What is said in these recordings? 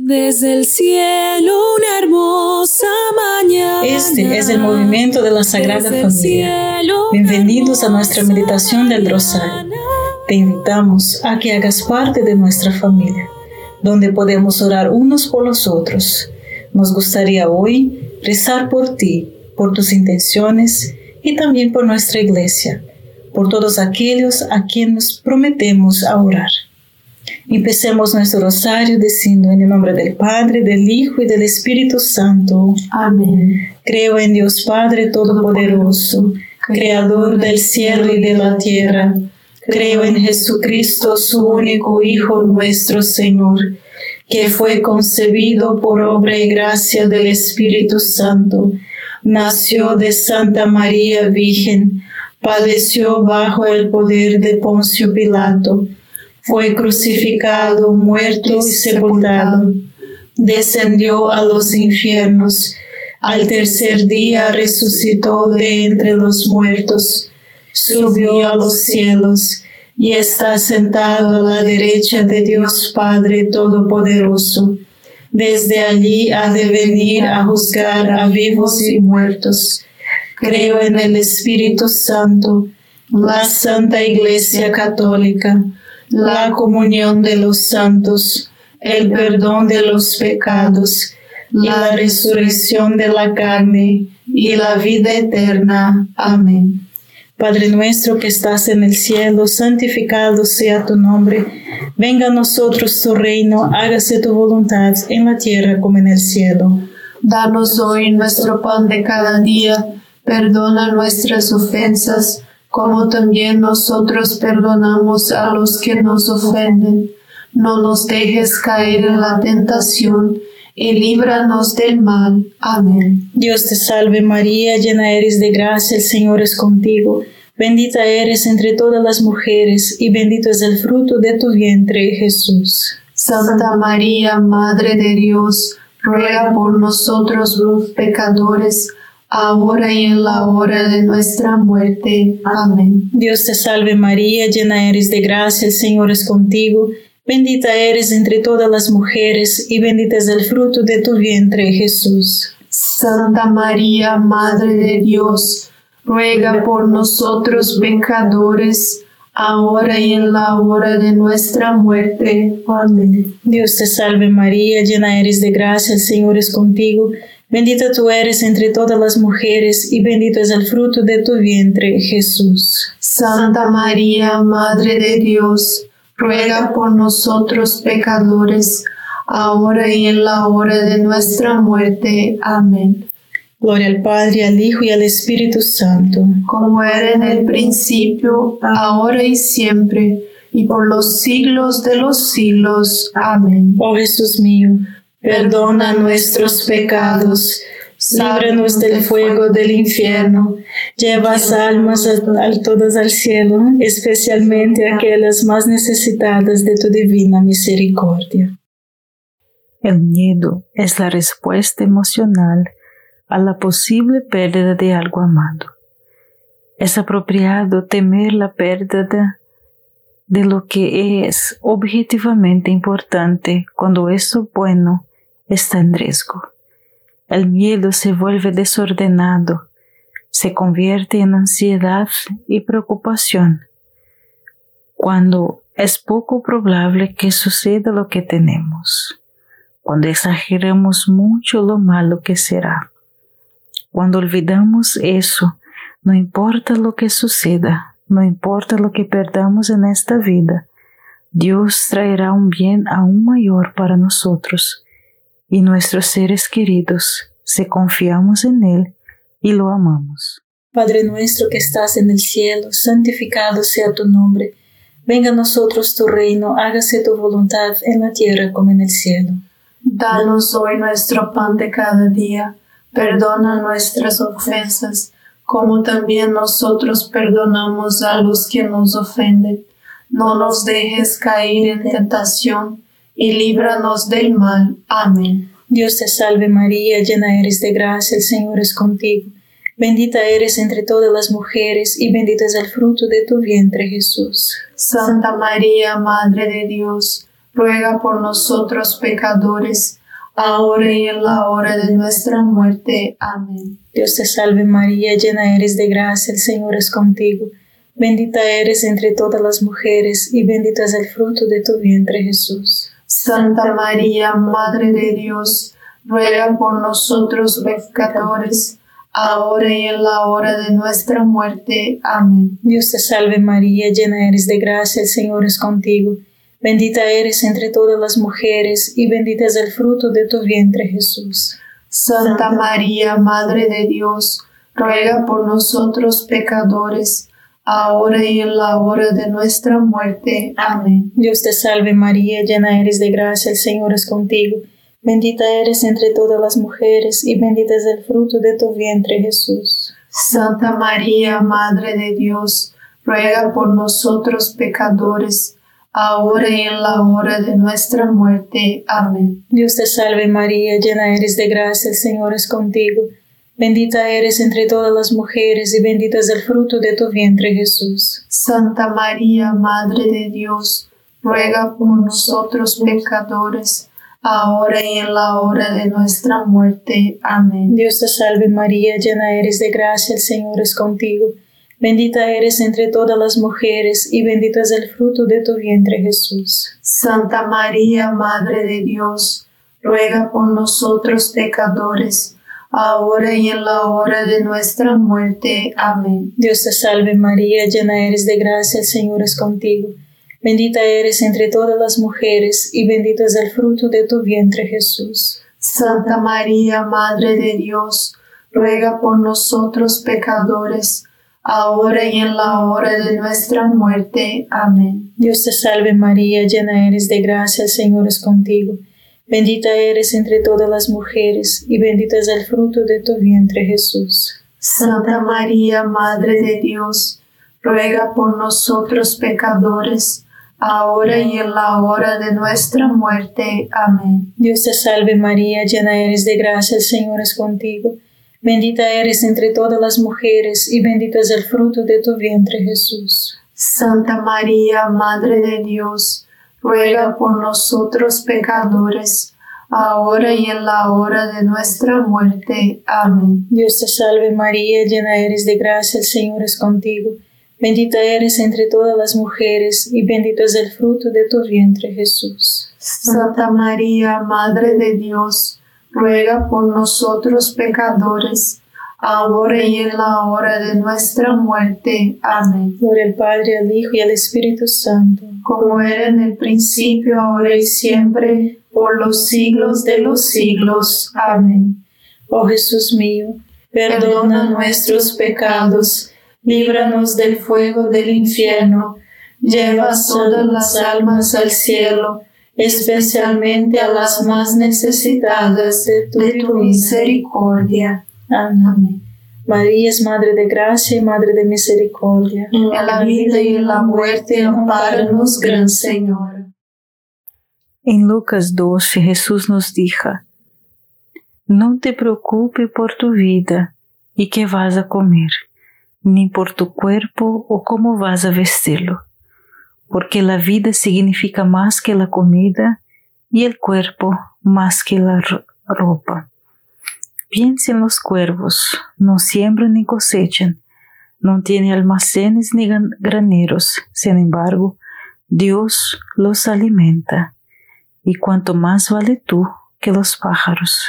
Desde el cielo una hermosa mañana. Este es el movimiento de la Sagrada Familia. Bienvenidos a nuestra meditación del Rosario. Te invitamos a que hagas parte de nuestra familia, donde podemos orar unos por los otros. Nos gustaría hoy rezar por ti, por tus intenciones y también por nuestra iglesia, por todos aquellos a quienes prometemos a orar. Empecemos nuestro rosario diciendo en el nombre del Padre, del Hijo y del Espíritu Santo. Amén. Creo en Dios Padre Todopoderoso, Creador del cielo y de la tierra. Creo en Jesucristo, su único Hijo, nuestro Señor, que fue concebido por obra y gracia del Espíritu Santo. Nació de Santa María Virgen, padeció bajo el poder de Poncio Pilato. Fue crucificado, muerto y sepultado. Descendió a los infiernos. Al tercer día resucitó de entre los muertos. Subió a los cielos y está sentado a la derecha de Dios Padre Todopoderoso. Desde allí ha de venir a juzgar a vivos y muertos. Creo en el Espíritu Santo, la Santa Iglesia Católica, la comunión de los santos, el perdón de los pecados, la resurrección de la carne y la vida eterna. Amén. Padre nuestro que estás en el cielo, santificado sea tu nombre. Venga a nosotros tu reino, hágase tu voluntad en la tierra como en el cielo. Danos hoy nuestro pan de cada día, perdona nuestras ofensas, como también nosotros perdonamos a los que nos ofenden. No nos dejes caer en la tentación, y líbranos del mal. Amén. Dios te salve María, llena eres de gracia, el Señor es contigo. Bendita eres entre todas las mujeres, y bendito es el fruto de tu vientre, Jesús. Santa María, Madre de Dios, ruega por nosotros los pecadores, ahora y en la hora de nuestra muerte. Amén. Dios te salve María, llena eres de gracia, el Señor es contigo. Bendita eres entre todas las mujeres, y bendito es el fruto de tu vientre, Jesús. Santa María, Madre de Dios, ruega por nosotros pecadores, ahora y en la hora de nuestra muerte. Amén. Dios te salve María, llena eres de gracia, el Señor es contigo. Bendita tú eres entre todas las mujeres, y bendito es el fruto de tu vientre, Jesús. Santa María, Madre de Dios, ruega por nosotros pecadores, ahora y en la hora de nuestra muerte. Amén. Gloria al Padre, al Hijo y al Espíritu Santo. Como era en el principio, ahora y siempre, y por los siglos de los siglos. Amén. Oh Jesús mío, perdona nuestros pecados, líbranos del fuego del infierno, lleva almas a todas al cielo, especialmente aquellas más necesitadas de tu divina misericordia. El miedo es la respuesta emocional a la posible pérdida de algo amado. Es apropiado temer la pérdida de lo que es objetivamente importante cuando eso bueno está en riesgo. El miedo se vuelve desordenado, se convierte en ansiedad y preocupación, cuando es poco probable que suceda lo que tememos, cuando exageramos mucho lo malo que será. Cuando olvidamos eso, no importa lo que suceda, no importa lo que perdamos en esta vida, Dios traerá un bien aún mayor para nosotros y nuestros seres queridos, si confiamos en Él y lo amamos. Padre nuestro que estás en el cielo, santificado sea tu nombre. Venga a nosotros tu reino, hágase tu voluntad en la tierra como en el cielo. Danos hoy nuestro pan de cada día. Perdona nuestras ofensas, como también nosotros perdonamos a los que nos ofenden. No nos dejes caer en tentación, y líbranos del mal. Amén. Dios te salve María, llena eres de gracia, el Señor es contigo. Bendita eres entre todas las mujeres, y bendito es el fruto de tu vientre, Jesús. Santa María, Madre de Dios, ruega por nosotros pecadores, ahora y en la hora de nuestra muerte. Amén. Dios te salve María, llena eres de gracia, el Señor es contigo. Bendita eres entre todas las mujeres, y bendito es el fruto de tu vientre, Jesús. Santa María, Madre de Dios, ruega por nosotros pecadores, ahora y en la hora de nuestra muerte. Amén. Dios te salve María, llena eres de gracia, el Señor es contigo. Bendita eres entre todas las mujeres, y bendito es el fruto de tu vientre, Jesús. Santa María, Madre de Dios, ruega por nosotros pecadores, ahora y en la hora de nuestra muerte. Amén. Dios te salve María, llena eres de gracia, el Señor es contigo. Bendita eres entre todas las mujeres, y bendito es el fruto de tu vientre, Jesús. Santa María, Madre de Dios, ruega por nosotros pecadores, ahora y en la hora de nuestra muerte. Amén. Dios te salve María, llena eres de gracia, el Señor es contigo. Bendita eres entre todas las mujeres, y bendito es el fruto de tu vientre, Jesús. Santa María, Madre de Dios, ruega por nosotros pecadores, ahora y en la hora de nuestra muerte. Amén. Dios te salve María, llena eres de gracia, el Señor es contigo. Bendita eres entre todas las mujeres, y bendito es el fruto de tu vientre, Jesús. Santa María, Madre de Dios, ruega por nosotros pecadores, ahora y en la hora de nuestra muerte. Amén. Dios te salve María, llena eres de gracia, el Señor es contigo. Bendita eres entre todas las mujeres, y bendito es el fruto de tu vientre, Jesús. Santa María, Madre de Dios, ruega por nosotros pecadores, ahora y en la hora de nuestra muerte. Amén. Dios te salve María, llena eres de gracia, el Señor es contigo. Bendita eres entre todas las mujeres, y bendito es el fruto de tu vientre, Jesús. Santa María, Madre de Dios, ruega por nosotros pecadores, ahora y en la hora de nuestra muerte. Amén. Dios te salve María, llena eres de gracia, el Señor es contigo. Bendita eres entre todas las mujeres, y bendito es el fruto de tu vientre, Jesús. Santa María, Madre de Dios, ruega por nosotros pecadores, ahora y en la hora de nuestra muerte. Amén. Dios te salve María, llena eres de gracia, el Señor es contigo. Bendita eres entre todas las mujeres, y bendito es el fruto de tu vientre, Jesús. Santa María, Madre de Dios, ruega por nosotros pecadores, ahora y en la hora de nuestra muerte. Amén. Gloria al Padre, al Hijo y al Espíritu Santo, como era en el principio, ahora y siempre, por los siglos de los siglos. Amén. Oh Jesús mío, perdona nuestros pecados, líbranos del fuego del infierno, lleva todas las almas al cielo, especialmente a las más necesitadas de tu misericordia. Amén. María es Madre de Gracia y Madre de Misericordia. En la vida y en la muerte, ampáranos, Gran Señor. En Lucas 12, Jesús nos dijo: no te preocupes por tu vida y qué vas a comer, ni por tu cuerpo o cómo vas a vestirlo, porque la vida significa más que la comida y el cuerpo más que la ropa. Piensa en los cuervos, no siembran ni cosechan, no tienen almacenes ni graneros, sin embargo, Dios los alimenta. Y cuánto más vale tú que los pájaros.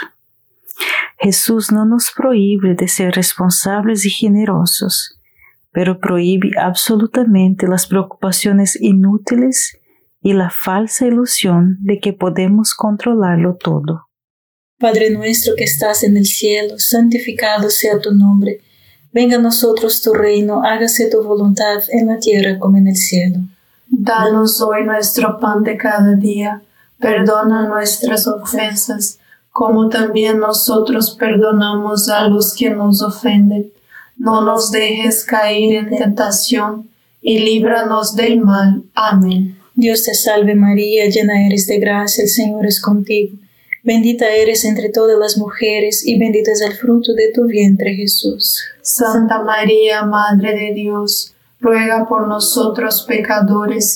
Jesús no nos prohíbe de ser responsables y generosos, pero prohíbe absolutamente las preocupaciones inútiles y la falsa ilusión de que podemos controlarlo todo. Padre nuestro que estás en el cielo, santificado sea tu nombre. Venga a nosotros tu reino, hágase tu voluntad en la tierra como en el cielo. Danos hoy nuestro pan de cada día. Perdona nuestras ofensas, como también nosotros perdonamos a los que nos ofenden. No nos dejes caer en tentación, y líbranos del mal. Amén. Dios te salve María, llena eres de gracia, el Señor es contigo. Bendita eres entre todas las mujeres, y bendito es el fruto de tu vientre, Jesús. Santa María, Madre de Dios, ruega por nosotros pecadores,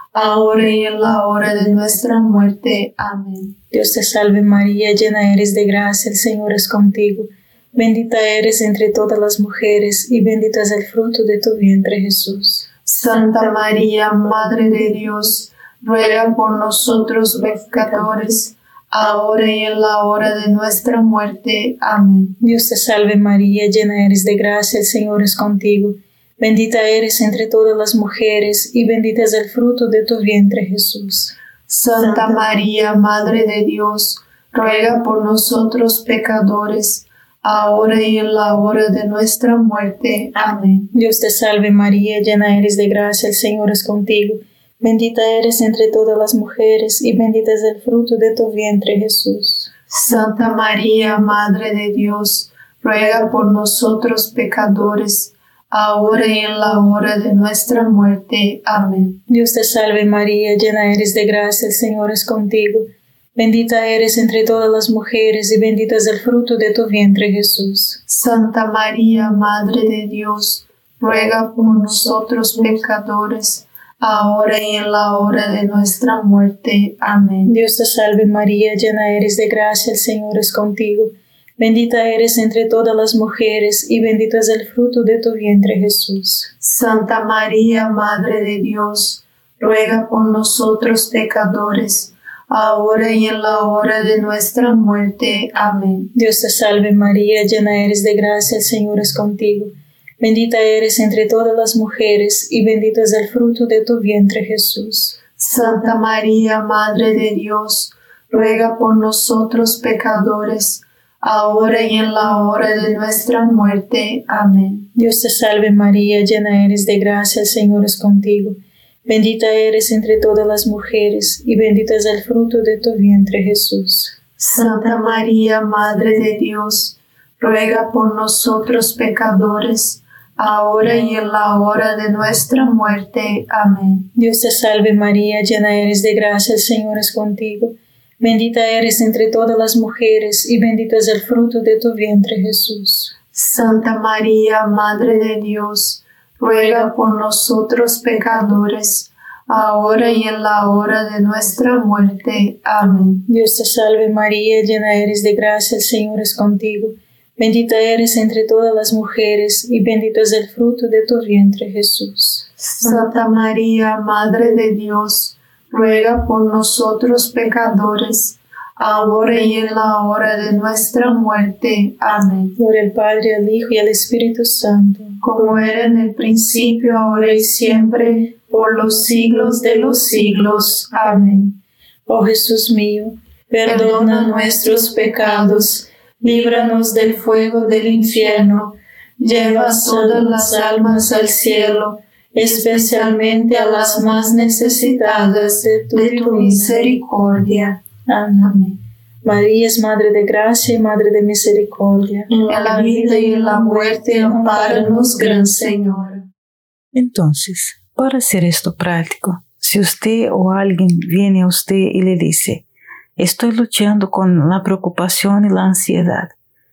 ahora y en la hora de nuestra muerte. Amén. Dios te salve María, llena eres de gracia, el Señor es contigo. Bendita eres entre todas las mujeres, y bendito es el fruto de tu vientre, Jesús. Santa María, Madre de Dios, ruega por nosotros pecadores, ahora y en la hora de nuestra muerte. Amén. Dios te salve María, llena eres de gracia, el Señor es contigo. Bendita eres entre todas las mujeres, y bendito es el fruto de tu vientre, Jesús. Santa María, Madre de Dios, ruega por nosotros pecadores, ahora y en la hora de nuestra muerte. Amén. Dios te salve María, llena eres de gracia, el Señor es contigo. Bendita eres entre todas las mujeres, y bendito es el fruto de tu vientre, Jesús. Santa María, Madre de Dios, ruega por nosotros pecadores, ahora y en la hora de nuestra muerte. Amén. Dios te salve María, llena eres de gracia, el Señor es contigo. Bendita eres entre todas las mujeres, y bendito es el fruto de tu vientre, Jesús. Santa María, Madre de Dios, ruega por nosotros pecadores, ahora y en la hora de nuestra muerte. Amén. Dios te salve María, llena eres de gracia, el Señor es contigo. Bendita eres entre todas las mujeres, y bendito es el fruto de tu vientre, Jesús. Santa María, Madre de Dios, ruega por nosotros pecadores, ahora y en la hora de nuestra muerte. Amén. Dios te salve María, llena eres de gracia, el Señor es contigo. Bendita eres entre todas las mujeres, y bendito es el fruto de tu vientre, Jesús. Santa María, Madre de Dios, ruega por nosotros pecadores, ahora y en la hora de nuestra muerte. Amén. Dios te salve María, llena eres de gracia, el Señor es contigo. Bendita eres entre todas las mujeres, y bendito es el fruto de tu vientre, Jesús. Santa María, Madre de Dios, ruega por nosotros pecadores, ahora y en la hora de nuestra muerte. Amén. Dios te salve María, llena eres de gracia, el Señor es contigo. Bendita eres entre todas las mujeres, y bendito es el fruto de tu vientre, Jesús. Santa María, Madre de Dios, ruega por nosotros pecadores, ahora y en la hora de nuestra muerte. Amén. Dios te salve María, llena eres de gracia, el Señor es contigo. Bendita eres entre todas las mujeres, y bendito es el fruto de tu vientre, Jesús. Santa María, Madre de Dios, ruega por nosotros pecadores, ahora y en la hora de nuestra muerte. Amén. Gloria al Padre, al Hijo y al Espíritu Santo, como era en el principio, ahora y siempre, por los siglos de los siglos. Amén. Oh Jesús mío, perdona nuestros pecados, líbranos del fuego del infierno, lleva todas las almas al cielo, especialmente a las más necesitadas de tu misericordia. Amén. María es Madre de Gracia y Madre de Misericordia. En la vida y en la muerte, ampáranos, Gran Señora. Entonces, para hacer esto práctico, si usted o alguien viene a usted y le dice, estoy luchando con la preocupación y la ansiedad,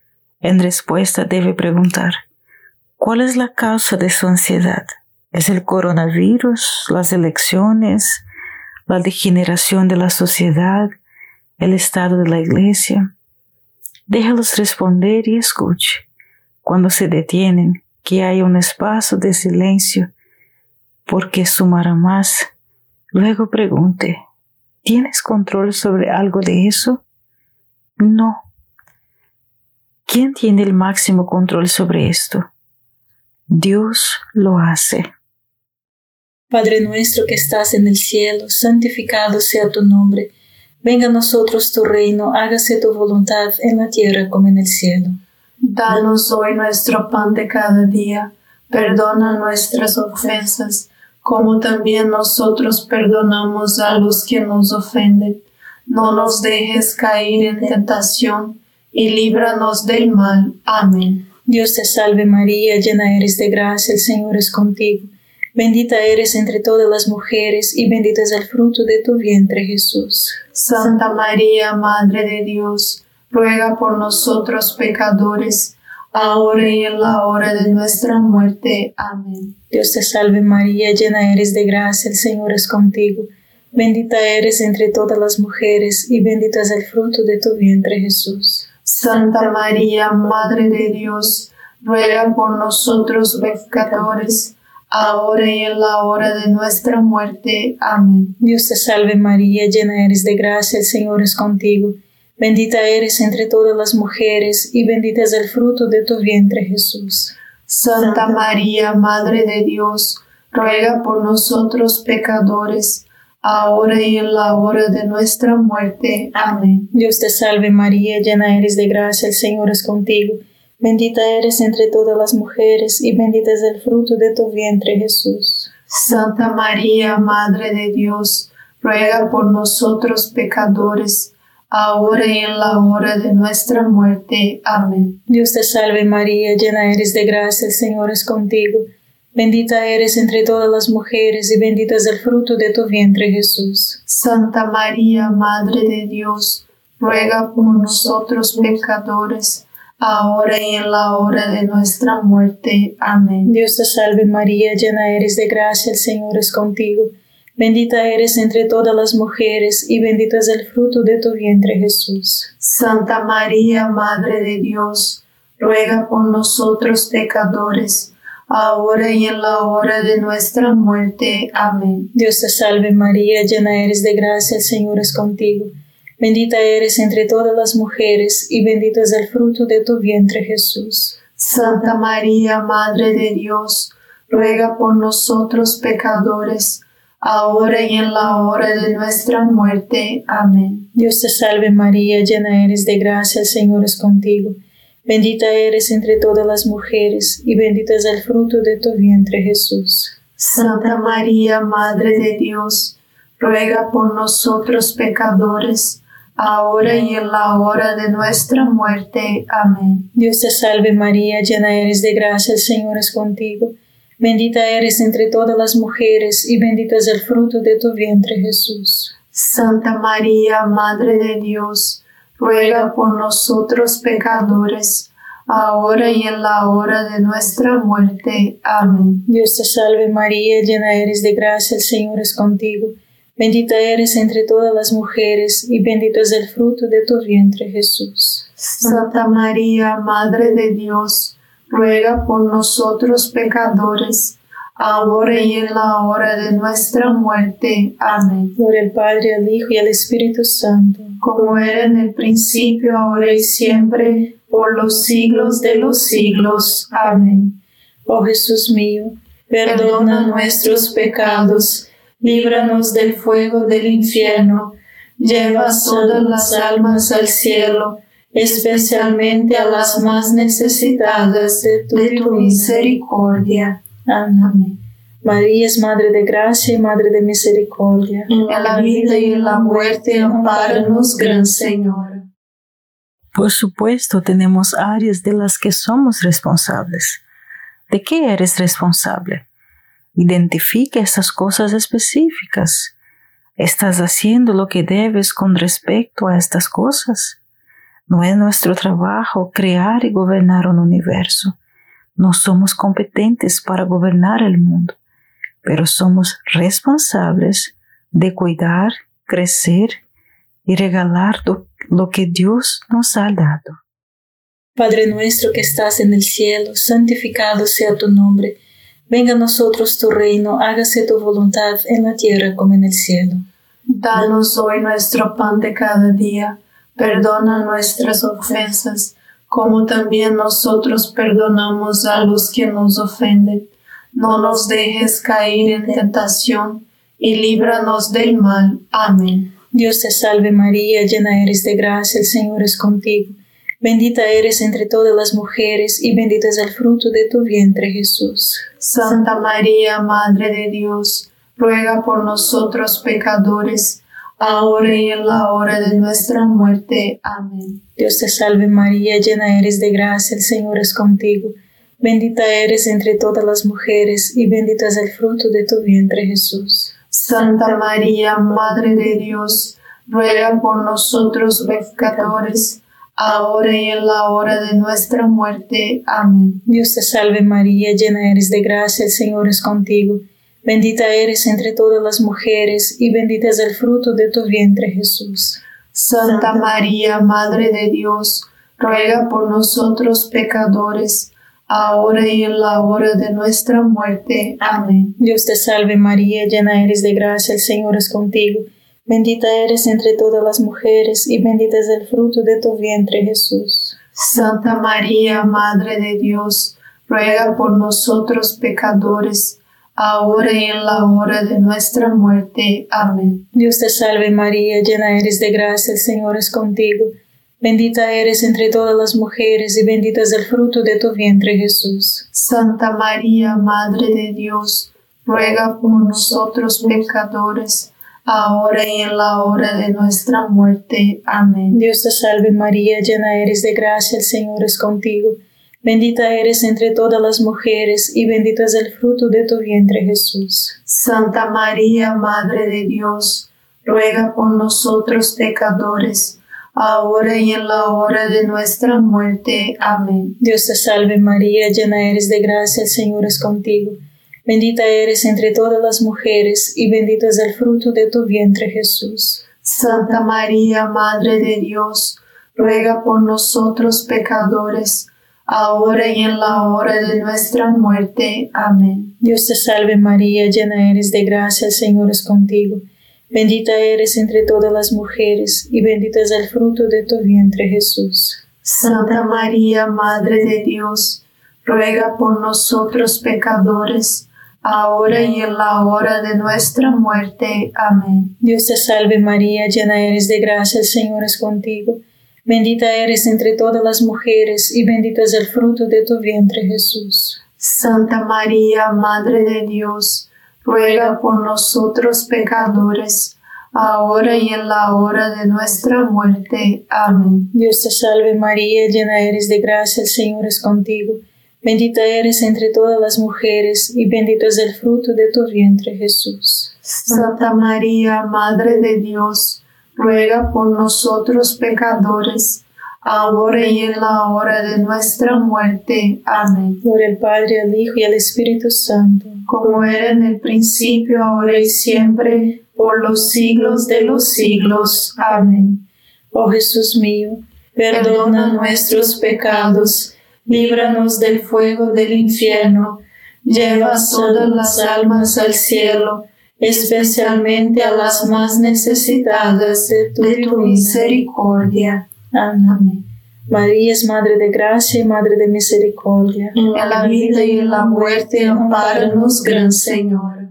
en respuesta debe preguntar, ¿cuál es la causa de su ansiedad? ¿Es el coronavirus, las elecciones, la degeneración de la sociedad, el estado de la iglesia? Déjalos responder y escuche. Cuando se detienen, que haya un espacio de silencio, porque sumará más. Luego pregunte, ¿tienes control sobre algo de eso? No. ¿Quién tiene el máximo control sobre esto? Dios lo hace. Padre nuestro que estás en el cielo, santificado sea tu nombre. Venga a nosotros tu reino, hágase tu voluntad en la tierra como en el cielo. Danos hoy nuestro pan de cada día. Perdona nuestras ofensas, como también nosotros perdonamos a los que nos ofenden. No nos dejes caer en tentación, y líbranos del mal. Amén. Dios te salve María, llena eres de gracia, el Señor es contigo. Bendita eres entre todas las mujeres, y bendito es el fruto de tu vientre, Jesús. Santa María, Madre de Dios, ruega por nosotros pecadores, ahora y en la hora de nuestra muerte. Amén. Dios te salve María, llena eres de gracia, el Señor es contigo. Bendita eres entre todas las mujeres, y bendito es el fruto de tu vientre, Jesús. Santa María, Madre de Dios, ruega por nosotros pecadores, ahora y en la hora de nuestra muerte. Amén. Dios te salve María, llena eres de gracia, el Señor es contigo. Bendita eres entre todas las mujeres, y bendito es el fruto de tu vientre, Jesús. Santa María, Madre de Dios, ruega por nosotros pecadores, ahora y en la hora de nuestra muerte. Amén. Dios te salve María, llena eres de gracia, el Señor es contigo. Bendita eres entre todas las mujeres, y bendito es el fruto de tu vientre, Jesús. Santa María, Madre de Dios, ruega por nosotros pecadores, ahora y en la hora de nuestra muerte. Amén. Dios te salve María, llena eres de gracia, el Señor es contigo. Bendita eres entre todas las mujeres, y bendito es el fruto de tu vientre, Jesús. Santa María, Madre de Dios, ruega por nosotros pecadores, ahora y en la hora de nuestra muerte. Amén. Dios te salve María, llena eres de gracia, el Señor es contigo. Bendita eres entre todas las mujeres, y bendito es el fruto de tu vientre, Jesús. Santa María, Madre de Dios, ruega por nosotros pecadores, ahora y en la hora de nuestra muerte. Amén. Dios te salve María, llena eres de gracia, el Señor es contigo. Bendita eres entre todas las mujeres, y bendito es el fruto de tu vientre, Jesús. Santa María, Madre de Dios, ruega por nosotros pecadores, ahora y en la hora de nuestra muerte. Amén. Dios te salve María, llena eres de gracia, el Señor es contigo. Bendita eres entre todas las mujeres, y bendito es el fruto de tu vientre, Jesús. Santa María, Madre de Dios, ruega por nosotros pecadores, ahora y en la hora de nuestra muerte. Amén. Dios te salve María, llena eres de gracia, el Señor es contigo. Bendita eres entre todas las mujeres, y bendito es el fruto de tu vientre, Jesús. Santa María, Madre de Dios, ruega por nosotros pecadores, ahora y en la hora de nuestra muerte. Amén. Dios te salve María, llena eres de gracia, el Señor es contigo. Bendita eres entre todas las mujeres, y bendito es el fruto de tu vientre, Jesús. Santa María, Madre de Dios, ruega por nosotros pecadores, ahora y en la hora de nuestra muerte. Amén. Gloria al Padre, al Hijo y al Espíritu Santo, como era en el principio, ahora y siempre, por los siglos de los siglos. Amén. Oh Jesús mío, perdona nuestros pecados, líbranos del fuego del infierno, lleva todas las almas al cielo, especialmente a las más necesitadas de tu misericordia. Amén. María es Madre de Gracia y Madre de Misericordia. En la vida y en la muerte, ampáranos, Gran Señora. Por supuesto, tenemos áreas de las que somos responsables. ¿De qué eres responsable? Identifica estas cosas específicas. ¿Estás haciendo lo que debes con respecto a estas cosas? No es nuestro trabajo crear y gobernar un universo. No somos competentes para gobernar el mundo, pero somos responsables de cuidar, crecer y regalar lo que Dios nos ha dado. Padre nuestro que estás en el cielo, santificado sea tu nombre. Venga a nosotros tu reino, hágase tu voluntad en la tierra como en el cielo. Danos hoy nuestro pan de cada día. Perdona nuestras ofensas, como también nosotros perdonamos a los que nos ofenden. No nos dejes caer en tentación, y líbranos del mal. Amén. Dios te salve María, llena eres de gracia, el Señor es contigo. Bendita eres entre todas las mujeres, y bendito es el fruto de tu vientre, Jesús. Santa María, Madre de Dios, ruega por nosotros pecadores, ahora y en la hora de nuestra muerte. Amén. Dios te salve María, llena eres de gracia, el Señor es contigo. Bendita eres entre todas las mujeres, y bendito es el fruto de tu vientre, Jesús. Santa María, Madre de Dios, ruega por nosotros pecadores, ahora y en la hora de nuestra muerte. Amén. Dios te salve María, llena eres de gracia, el Señor es contigo. Bendita eres entre todas las mujeres, y bendito es el fruto de tu vientre, Jesús. Santa María, Madre de Dios, ruega por nosotros pecadores, ahora y en la hora de nuestra muerte. Amén. Dios te salve María, llena eres de gracia, el Señor es contigo. Bendita eres entre todas las mujeres, y bendito es el fruto de tu vientre, Jesús. Santa María, Madre de Dios, ruega por nosotros pecadores, ahora y en la hora de nuestra muerte. Amén. Dios te salve María, llena eres de gracia, el Señor es contigo. Bendita eres entre todas las mujeres, y bendito es el fruto de tu vientre, Jesús. Santa María, Madre de Dios, ruega por nosotros pecadores, ahora y en la hora de nuestra muerte. Amén. Dios te salve María, llena eres de gracia, el Señor es contigo. Bendita eres entre todas las mujeres, y bendito es el fruto de tu vientre, Jesús. Santa María, Madre de Dios, ruega por nosotros pecadores, ahora y en la hora de nuestra muerte. Amén. Dios te salve María, llena eres de gracia, el Señor es contigo. Bendita eres entre todas las mujeres, y bendito es el fruto de tu vientre, Jesús. Santa María, Madre de Dios, ruega por nosotros pecadores, ahora y en la hora de nuestra muerte. Amén. Dios te salve María, llena eres de gracia, el Señor es contigo. Bendita eres entre todas las mujeres, y bendito es el fruto de tu vientre, Jesús. Santa María, Madre de Dios, ruega por nosotros pecadores, ahora y en la hora de nuestra muerte. Amén. Dios te salve María, llena eres de gracia, el Señor es contigo. Bendita eres entre todas las mujeres, y bendito es el fruto de tu vientre, Jesús. Santa María, Madre de Dios, ruega por nosotros pecadores, ahora y en la hora de nuestra muerte. Amén. Dios te salve María, llena eres de gracia, el Señor es contigo. Bendita eres entre todas las mujeres, y bendito es el fruto de tu vientre, Jesús. Santa María, Madre de Dios, ruega por nosotros pecadores, ahora y en la hora de nuestra muerte. Amén. Gloria al Padre, al Hijo y al Espíritu Santo, como era en el principio, ahora y siempre, por los siglos de los siglos. Amén. Oh Jesús mío, perdona nuestros pecados, líbranos del fuego del infierno, lleva todas las almas al cielo, especialmente a las más necesitadas de tu misericordia. Amén. María es Madre de Gracia y Madre de Misericordia. En la vida y en la muerte, ampáranos, Gran Señora.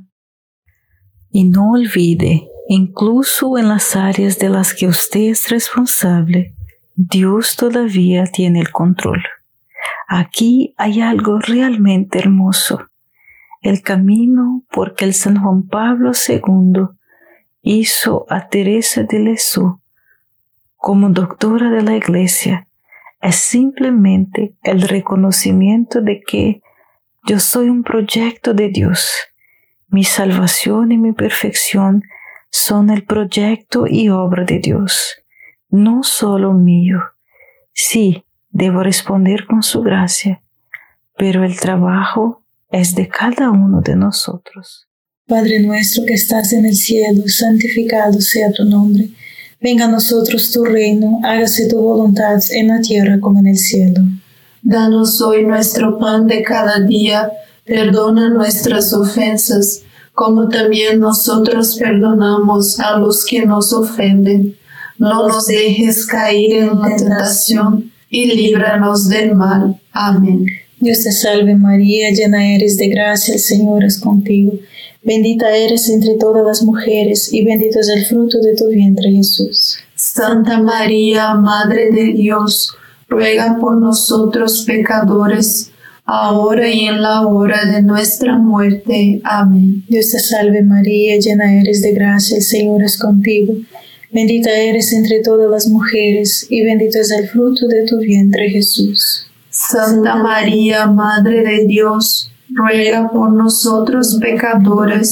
Y no olvide, incluso en las áreas de las que usted es responsable, Dios todavía tiene el control. Aquí hay algo realmente hermoso. El camino por que el San Juan Pablo II hizo a Teresa de Lisieux como doctora de la Iglesia es simplemente el reconocimiento de que yo soy un proyecto de Dios. Mi salvación y mi perfección son el proyecto y obra de Dios, no solo mío. Sí, debo responder con su gracia, pero el trabajo es de cada uno de nosotros. Padre nuestro que estás en el cielo, santificado sea tu nombre. Venga a nosotros tu reino, hágase tu voluntad en la tierra como en el cielo. Danos hoy nuestro pan de cada día, perdona nuestras ofensas, como también nosotros perdonamos a los que nos ofenden. No nos dejes caer en la tentación, y líbranos del mal. Amén. Dios te salve María, llena eres de gracia, el Señor es contigo. Bendita eres entre todas las mujeres, y bendito es el fruto de tu vientre, Jesús. Santa María, Madre de Dios, ruega por nosotros pecadores, ahora y en la hora de nuestra muerte. Amén. Dios te salve María, llena eres de gracia, el Señor es contigo. Bendita eres entre todas las mujeres, y bendito es el fruto de tu vientre, Jesús. Santa María, Madre de Dios, ruega por nosotros pecadores,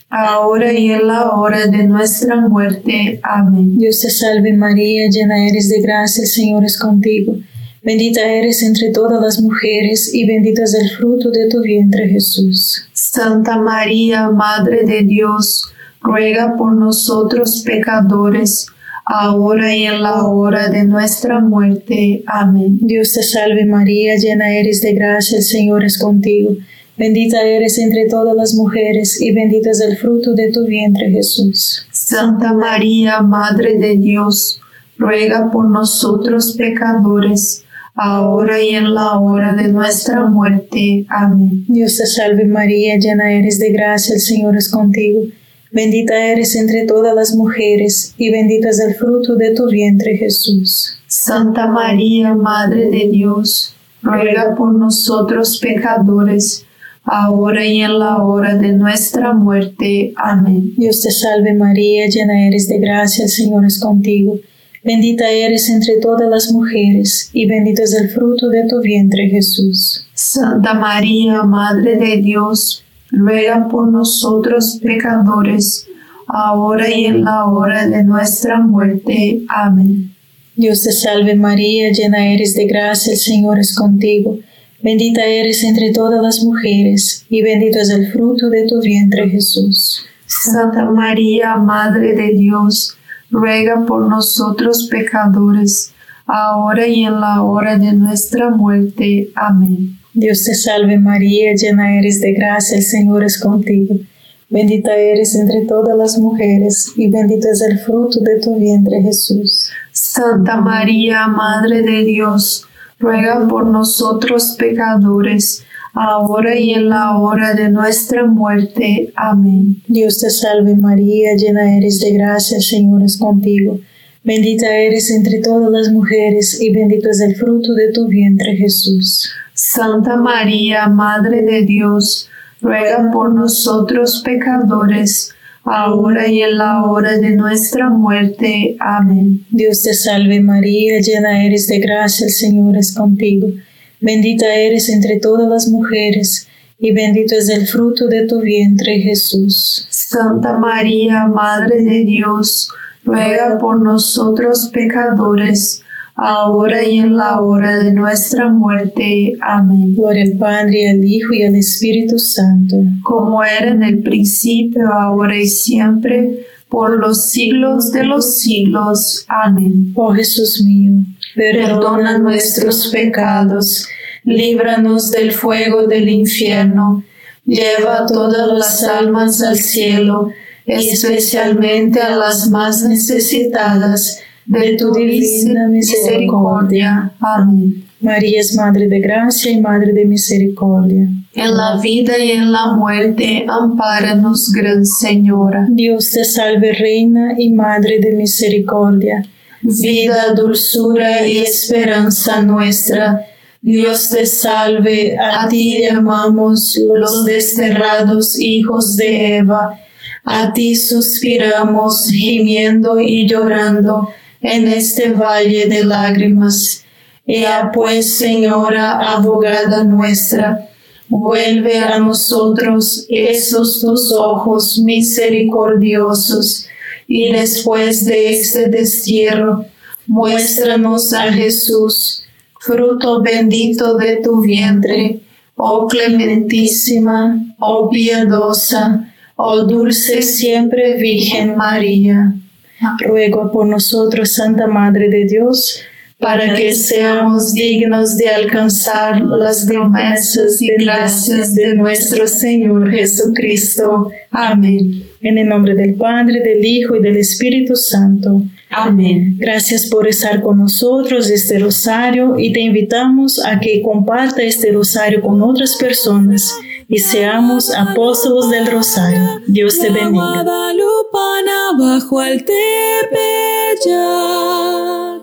ahora y en la hora de nuestra muerte. Amén. Dios te salve María, llena eres de gracia, el Señor es contigo. Bendita eres entre todas las mujeres y bendito es el fruto de tu vientre Jesús. Santa María, Madre de Dios, ruega por nosotros pecadores, ahora y en la hora de nuestra muerte. Amén. Dios te salve María, llena eres de gracia, el Señor es contigo. Bendita eres entre todas las mujeres y bendito es el fruto de tu vientre Jesús. Santa María, Madre de Dios, ruega por nosotros pecadores, ahora y en la hora de nuestra muerte. Amén. Dios te salve María, llena eres de gracia, el Señor es contigo. Bendita eres entre todas las mujeres y bendito es el fruto de tu vientre Jesús. Santa María, Madre de Dios, ruega por nosotros pecadores, ahora y en la hora de nuestra muerte. Amén. Dios te salve María, llena eres de gracia, el Señor es contigo. Bendita eres entre todas las mujeres y bendito es el fruto de tu vientre Jesús. Santa María, Madre de Dios, ruega por nosotros pecadores, ahora y en la hora de nuestra muerte. Amén. Dios te salve María, llena eres de gracia, el Señor es contigo. Bendita eres entre todas las mujeres y bendito es el fruto de tu vientre Jesús. Santa María, Madre de Dios, ruega por nosotros pecadores, ahora y en la hora de nuestra muerte. Amén. Dios te salve María, llena eres de gracia, el Señor es contigo. Bendita eres entre todas las mujeres y bendito es el fruto de tu vientre Jesús. Santa María, Madre de Dios, ruega por nosotros pecadores, ahora y en la hora de nuestra muerte. Amén. Dios te salve María, llena eres de gracia, el Señor es contigo. Bendita eres entre todas las mujeres y bendito es el fruto de tu vientre Jesús. Santa María, Madre de Dios, ruega por nosotros pecadores, ahora y en la hora de nuestra muerte. Amén. Dios te salve María, llena eres de gracia, el Señor es contigo. Bendita eres entre todas las mujeres y bendito es el fruto de tu vientre Jesús. Santa María, Madre de Dios, ruega por nosotros pecadores, ahora y en la hora de nuestra muerte. Amén. Gloria al Padre, al Hijo y al Espíritu Santo, como era en el principio, ahora y siempre, por los siglos de los siglos. Amén. Oh Jesús mío, perdona nuestros pecados, líbranos del fuego del infierno, lleva todas las almas al cielo, especialmente a las más necesitadas de tu divina misericordia. Amén. María es Madre de Gracia y Madre de Misericordia. En la vida y en la muerte, ampáranos, Gran Señora. Dios te salve, Reina y Madre de Misericordia. Vida, dulzura y esperanza nuestra. Dios te salve, a ti llamamos los desterrados hijos de Eva. A ti suspiramos, gimiendo y llorando en este valle de lágrimas. Ea pues, Señora, abogada nuestra, vuelve a nosotros esos tus ojos misericordiosos, y después de este destierro, muéstranos a Jesús, fruto bendito de tu vientre, oh clementísima, oh piadosa, oh dulce siempre Virgen María. Ruega por nosotros, Santa Madre de Dios, para que seamos dignos de alcanzar las promesas y gracias de nuestro Señor Jesucristo. Amén. En el nombre del Padre, del Hijo y del Espíritu Santo. Amén. Gracias por estar con nosotros este rosario y te invitamos a que comparta este rosario con otras personas y seamos apóstolos del rosario. Dios te bendiga. Guadalupana bajo el tepeyac.